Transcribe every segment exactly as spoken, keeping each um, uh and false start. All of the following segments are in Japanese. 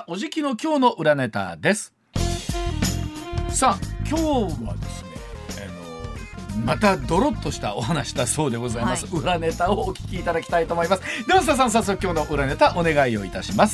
おじきの今日の裏ネタです。さあ今日はですね、あのまたドロッとしたお話だそうでございます、はい、裏ネタをお聞きいただきたいと思います。では須田さん、早速今日の裏ネタお願いをいたします。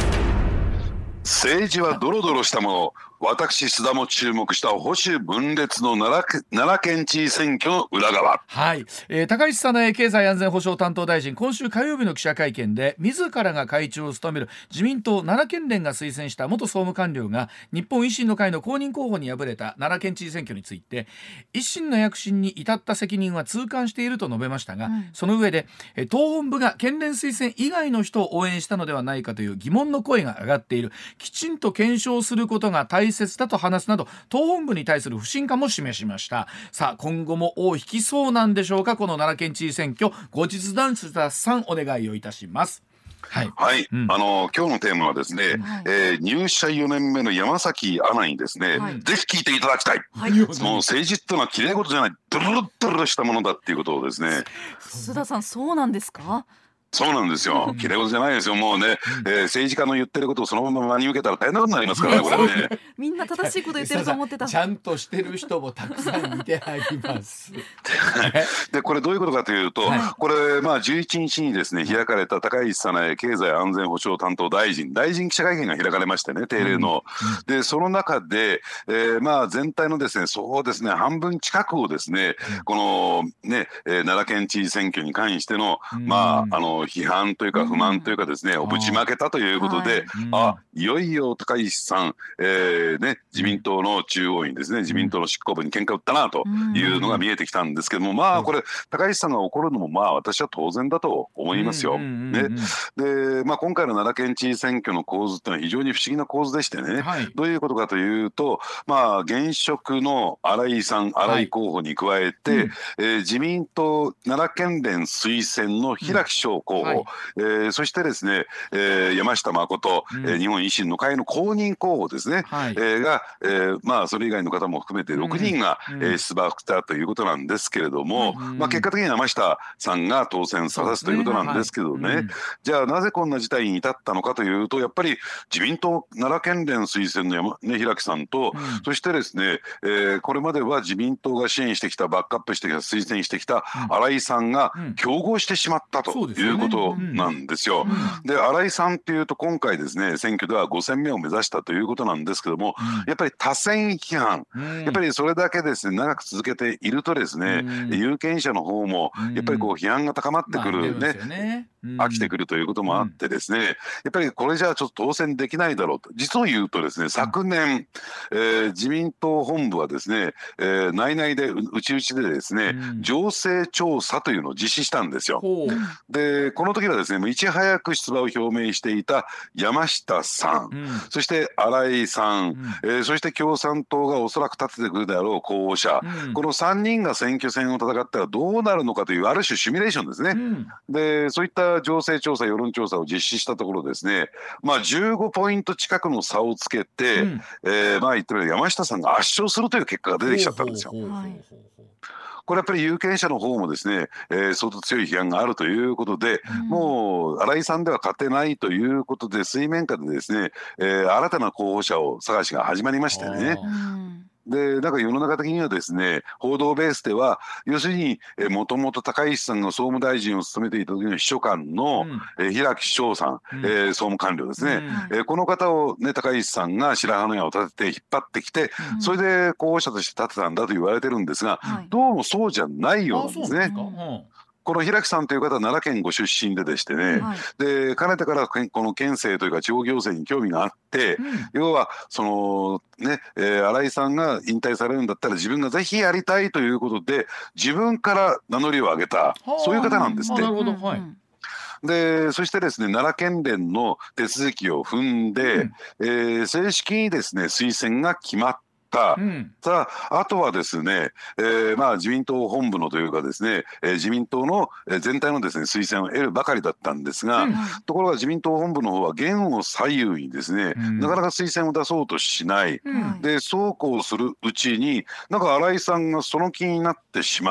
政治はドロドロしたもの。私須田も注目した保守分裂の奈良、奈良県知事選挙の裏側。 はい、えー、高市早苗経済安全保障担当大臣、今週火曜日の記者会見で自らが会長を務める自民党奈良県連が推薦した元総務官僚が日本維新の会の公認候補に敗れた奈良県知事選挙について、維新の躍進に至った責任は痛感していると述べましたが、うん、その上で党本部が県連推薦以外の人を応援したのではないかという疑問の声が上がっている。きちんと検証することが大切だと話すなど、党本部に対する不信感も示しました。さあ今後も尾を引きそうなんでしょうか、この奈良県知事選挙。後日談須田さんお願いをいたします。 はい、はい、うん、あの今日のテーマはですね、はい、えー、入社よねんめの山崎アナにですね、はい、ぜひ聞いていただきたい、はい、もう政治ってのはきれい事じゃない、ドロドロしたものだっていうことをですね。 須田さん、そうなんですか？ そうなんですよ。きれい事じゃないですよ。もうね、えー、政治家の言ってることをそのまま真に受けたら大変なことになりますからね、これね。 みんな正しいこと言ってると思ってた。 ちゃんとしてる人もたくさんいてあります。 で、これどういうことかというと、はい、これまあじゅういちにちにですね開かれた高市早苗経済安全保障担当大臣大臣記者会見が開かれましてね、定例の、うん、でその中で、えー、まあ全体のですねそうですね半分近くをですね、うん、このね、えー、奈良県知事選挙に関しての、うん、まああの批判というか不満というかですね、うん、をぶちまけたということで、はい、あいよいよ高市さん、えーね、自民党の中央院ですね、自民党の執行部に喧嘩売ったなというのが見えてきたんですけども、まあこれ高市さんが怒るのもまあ私は当然だと思いますよ。ね、で、まあ、今回の奈良県知事選挙の構図っていうのは非常に不思議な構図でしてね、はい、どういうことかというと、まあ、現職の新井さん新井候補に加えて、はい、うん、えー、自民党奈良県連推薦の平木翔候補、うん、はい、えー、そしてですね、えー、山下誠、うん、えー、日本維新の会の公認候補ですね、はい、えー、が、えー、まあそれ以外の方も含めてろくにんが、うん、えー、出馬をしたということなんですけれども、うん、まあ、結果的に山下さんが当選させすということなんですけどね、はい、うん、じゃあなぜこんな事態に至ったのかというと、やっぱり自民党奈良県連推薦の山、ね、平木さんと、うん、そしてですね、えー、これまでは自民党が支援してきたバックアップしてきた推薦してきた新井さんが競合してしまったということなんですよ。で新井さんっていうと今回ですね選挙ではごせんめを目指したということなんですけども、うん、やっぱり多選批判、うん、やっぱりそれだけですね長く続けているとですね、うん、有権者の方もやっぱりこう批判が高まってくるね、ね、飽きてくるということもあってですね、うん、やっぱりこれじゃあちょっと当選できないだろうと。実を言うとですね、昨年、えー、自民党本部はですね、えー、内々で内々でですね、うん、情勢調査というのを実施したんですよ。でこの時はですねいち早く出馬を表明していた山下さん、うん、そして新井さん、うん、えー、そして共産党がおそらく立ててくるであろう候補者、うん、このさんにんが選挙戦を戦ったらどうなるのかというある種シミュレーションですね、うん、でそういった情勢調査世論調査を実施したところですね、まあ、じゅうごポイント近くの差をつけて、うん、えー、まあ言ってみれば山下さんが圧勝するという結果が出てきちゃったんですよ。これやっぱり有権者の方もですね、えー、相当強い批判があるということで、うん、もう新井さんでは勝てないということで水面下でですね、えー、新たな候補者を探しが始まりましてね。でなんか世の中的にはですね報道ベースでは要するにもともと高市さんが総務大臣を務めていた時の秘書官の、うん、え平木翔さん、うん、えー、総務官僚ですね、うん、えー、この方を、ね、高市さんが白羽の矢を立てて引っ張ってきて、うん、それで候補者として立てたんだと言われてるんですが、うん、どうもそうじゃないようなんですね。この平木さんという方は奈良県ご出身ででしてね、はい、でかねてからこの県政というか地方行政に興味があって、うん、要はそのね、えー、新井さんが引退されるんだったら自分がぜひやりたいということで自分から名乗りを上げた、そういう方なんですって。なるほど、はい。でそしてですね奈良県連の手続きを踏んで、うん、えー、正式にですね推薦が決まった。うん、さあ、あとはですね、えーまあ、自民党本部のというかですね、えー、自民党の全体のですね推薦を得るばかりだったんですが、うん、ところが自民党本部の方は言を左右にですね、うん、なかなか推薦を出そうとしない、うん、でそうこうするうちになんか新井さんがその気になってしまった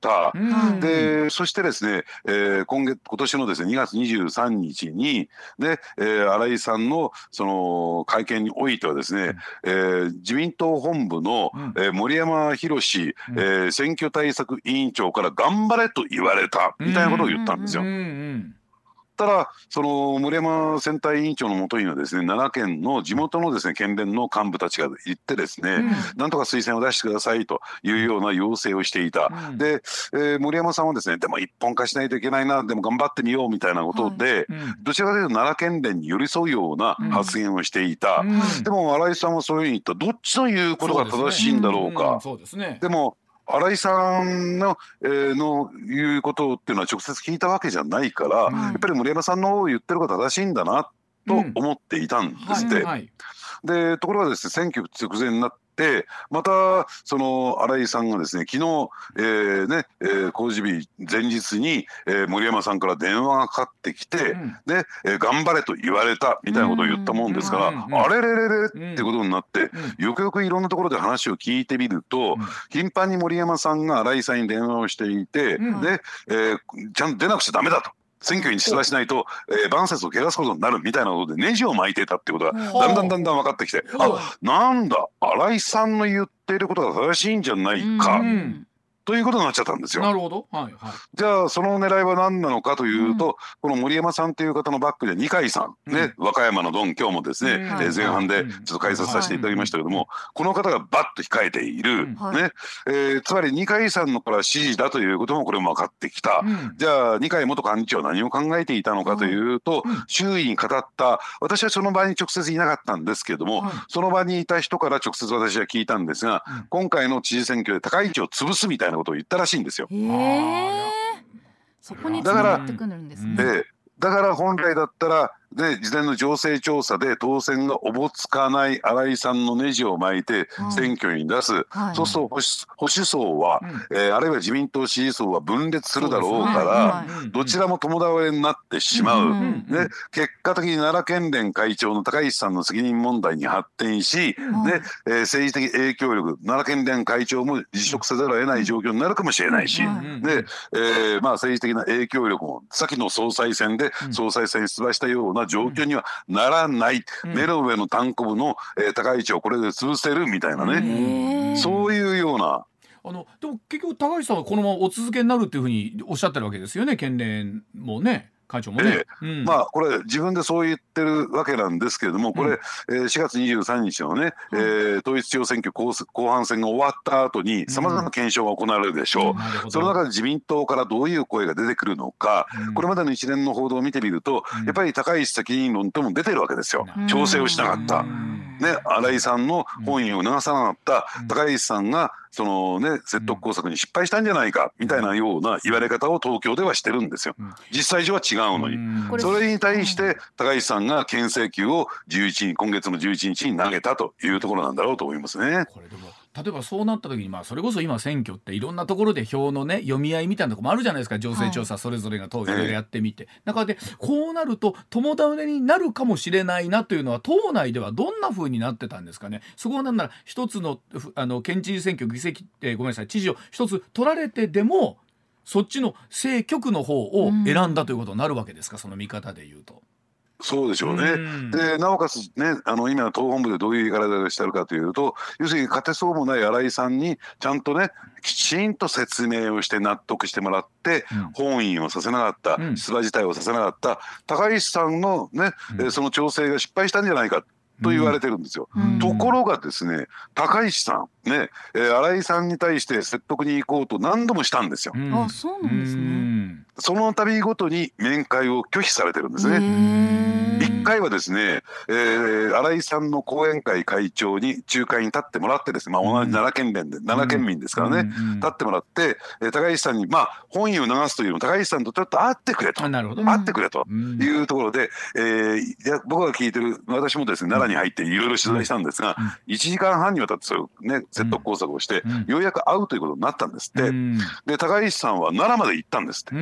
た。 うん、 でそしてですね、えー、今月今年のですねにがつにじゅうさんにちにで、えー、新井さんのその会見においてはですね、うんえー、自民党本部の、うんえー、森山博、えー、選挙対策委員長から頑張れと言われたみたいなことを言ったんですよ。うんうんうんただその森山選対委員長のもとにはですね奈良県の地元のですね県連の幹部たちが行ってですね、うん、なんとか推薦を出してくださいというような要請をしていた、うん、で、えー、森山さんはですねでも一本化しないといけないなでも頑張ってみようみたいなことで、はいうん、どちらかというと奈良県連に寄り添うような発言をしていた、うん、でも新井さんはそういうふうに言ったどっちの言うことが正しいんだろうか。でも新井さんの、えー、の言うことっていうのは直接聞いたわけじゃないから、うん、やっぱり森山さんの言ってることが正しいんだなと思っていたんですって。うんはいはい、でところがですね選挙直前になってでまたその新井さんがですね昨日、えーねえー、公示日前日に、えー、森山さんから電話がかかってきて、うん、で、えー、頑張れと言われたみたいなことを言ったもんですから、うんうんうん、あれれれれってことになって、うん、よくよくいろんなところで話を聞いてみると、うん、頻繁に森山さんが新井さんに電話をしていて、うん、で、えー、ちゃんと出なくちゃダメだと。選挙に出馬しないと、えー、晩節を汚すことになるみたいなことでネジを巻いていたってことがだんだんだんだん分かってきて、あ、なんだ新井さんの言っていることが正しいんじゃないか、うんということになっちゃったんですよ。 なるほど、はいはい、 じゃあその狙いは何なのかというと、うん、この森山さんという方のバックで二階さん、ねうん、和歌山のドン今日もですね、うんえー、前半でちょっと解説させていただきましたけども、うん、この方がバッと控えている、うんねえー、つまり二階さんのから支持だということもこれも分かってきた、うん、じゃあ二階元幹事長は何を考えていたのかというと、うん、周囲に語った私はその場に直接いなかったんですけれども、うん、その場にいた人から直接私は聞いたんですが、うん、今回の知事選挙で高市を潰すみたいなことを言ったらしいんですよ。 へーそこに繋がってくるんですね。 だから、だから本来だったらで事前の情勢調査で当選がおぼつかない新井さんのネジを巻いて選挙に出す、はい、そうすると保守、保守層は、うんえー、あるいは自民党支持層は分裂するだろうから、はいはい、どちらも共倒れになってしまう、うんうん、で結果的に奈良県連会長の高市さんの責任問題に発展し、うんでえー、政治的影響力奈良県連会長も辞職せざるを得ない状況になるかもしれないし、うん、で、えーまあ、政治的な影響力も先の総裁選で総裁選に出馬したような状況にはならない、うん、目の上の単行部の、えー、高市をこれで潰せるみたいなね、そういうようなあのでも結局高市さんはこのままお続けになるっていうふうにおっしゃってるわけですよね県連もね会長もね、 えーうん、まあこれ自分でそう言ってるわけなんですけれどもこれ、うんえー、しがつにじゅうさんにちのね、うんえー、統一地方選挙 後, 後半戦が終わった後にさまざまな検証が行われるでしょう、うん、その中で自民党からどういう声が出てくるのか、うん、これまでの一連の報道を見てみると、うん、やっぱり高市責任論とも出てるわけですよ、うん、調整をしなかった、うんね、新井さんの本意を流さなかった高市さんがそのね説得工作に失敗したんじゃないかみたいなような言われ方を東京ではしてるんですよ。実際上は違うのに、それに対して高市さんが牽制球をじゅういちにち今月のじゅういちにちに投げたというところなんだろうと思いますね。 これでも例えばそうなった時にまあそれこそ今選挙っていろんなところで票のね読み合いみたいなところもあるじゃないですか情勢調査それぞれが党いろいろやってみて、はい、中でこうなると共倒れになるかもしれないなというのは党内ではどんな風になってたんですかね。そこはなんなら一つのあの県知事選挙議席、えー、ごめんなさい知事を一つ取られてでもそっちの政局の方を選んだということになるわけですか、うん、その見方で言うと。 そうでしょうね。うん、でなおかつねあの今党本部でどういう言い方をしてるかというと要するに勝てそうもない新井さんにちゃんとねきちんと説明をして納得してもらって、うん、本院をさせなかった、うん、出馬自体をさせなかった高市さんのね、うん、その調整が失敗したんじゃないかと言われてるんですよ、うん、ところがですね高市さんね、えー、新井さんに対して説得に行こうと何度もしたんですよ、 うん、あそうなんですね。 その度ごとに面会を拒否されてるんですね。いっかいはですね、えー、新井さんの後援会会長に仲介に立ってもらってですね、まあ、同じ奈良県連で、うん、奈良県民ですからね、うん、立ってもらって、えー、高市さんにまあ本意を流すというのも高市さんとちょっと会ってくれと会ってくれというところで、えー、いや僕が聞いてる私もですね奈良に入っていろいろ取材したんですが、うん、いちじかんはんにわたってそういうね説得工作をして、うん、ようやく会うということになったんですって、うん、で高市さんは奈良まで行ったんですって、うん、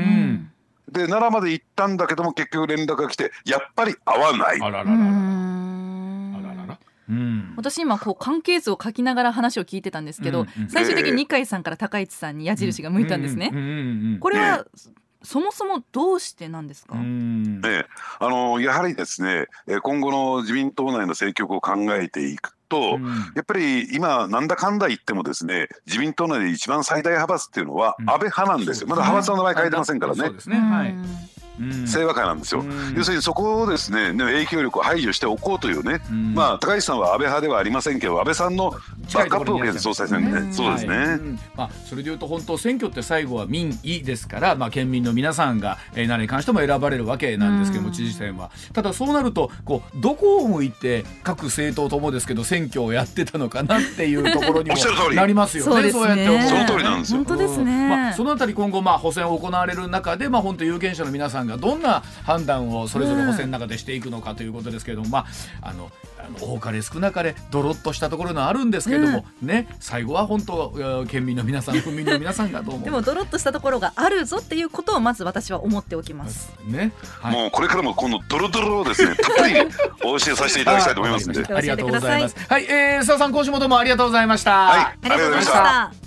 で奈良まで行ったんだけども結局連絡が来てやっぱり会わない。 あららららあららら、うん、 私今こう関係図を書きながら話を聞いてたんですけど、うんうん、最終的に二階さんから高市さんに矢印が向いたんですね。これはそもそもどうしてなんですか？ うんえあのやはりですね、今後の自民党内の政局を考えていくと、うん、やっぱり今なんだかんだ言ってもですね、自民党内で一番最大派閥っていうのは安倍派なんですよ、うん、まだ派閥の名前変えてませんからね。 そうですね、はい、 清和会なんですよ。要するにそこをですね影響力を排除しておこうというね、まあ高市さんは安倍派ではありませんけど安倍さんのバックアップを受けて総裁選で、そうですね、はいまあ、それでいうと本当選挙って最後は民意ですから、まあ、県民の皆さんが、えー、何に関しても選ばれるわけなんですけども、知事選はただそうなるとこうどこを向いて各政党ともですけど選挙をやってたのかなっていうところにもなりますよね。 そうですね、そうやって思う。 その通りなんですよ。 本当ですね、 まあ、そのあたり今後まあ補選を行われる中で、まあ、本当有権者の皆さんがどんな判断をそれぞれ補選の中でしていくのかということですけれども、まあ、あのあの多かれ少なかれドロッとしたところがあるんですけれども、うん、ね、最後は本当県民の皆さん、府民の皆さんがどう思うでもドロッとしたところがあるぞっていうことをまず私は思っておきます、 ね、はい、 もうこれからもこのドロドロをですねたっぷりお教えさせていただきたいと思いますのでありがとうございます。はい、えー、須田さん今週もどうもありがとうございました。 はい、ありがとうございました。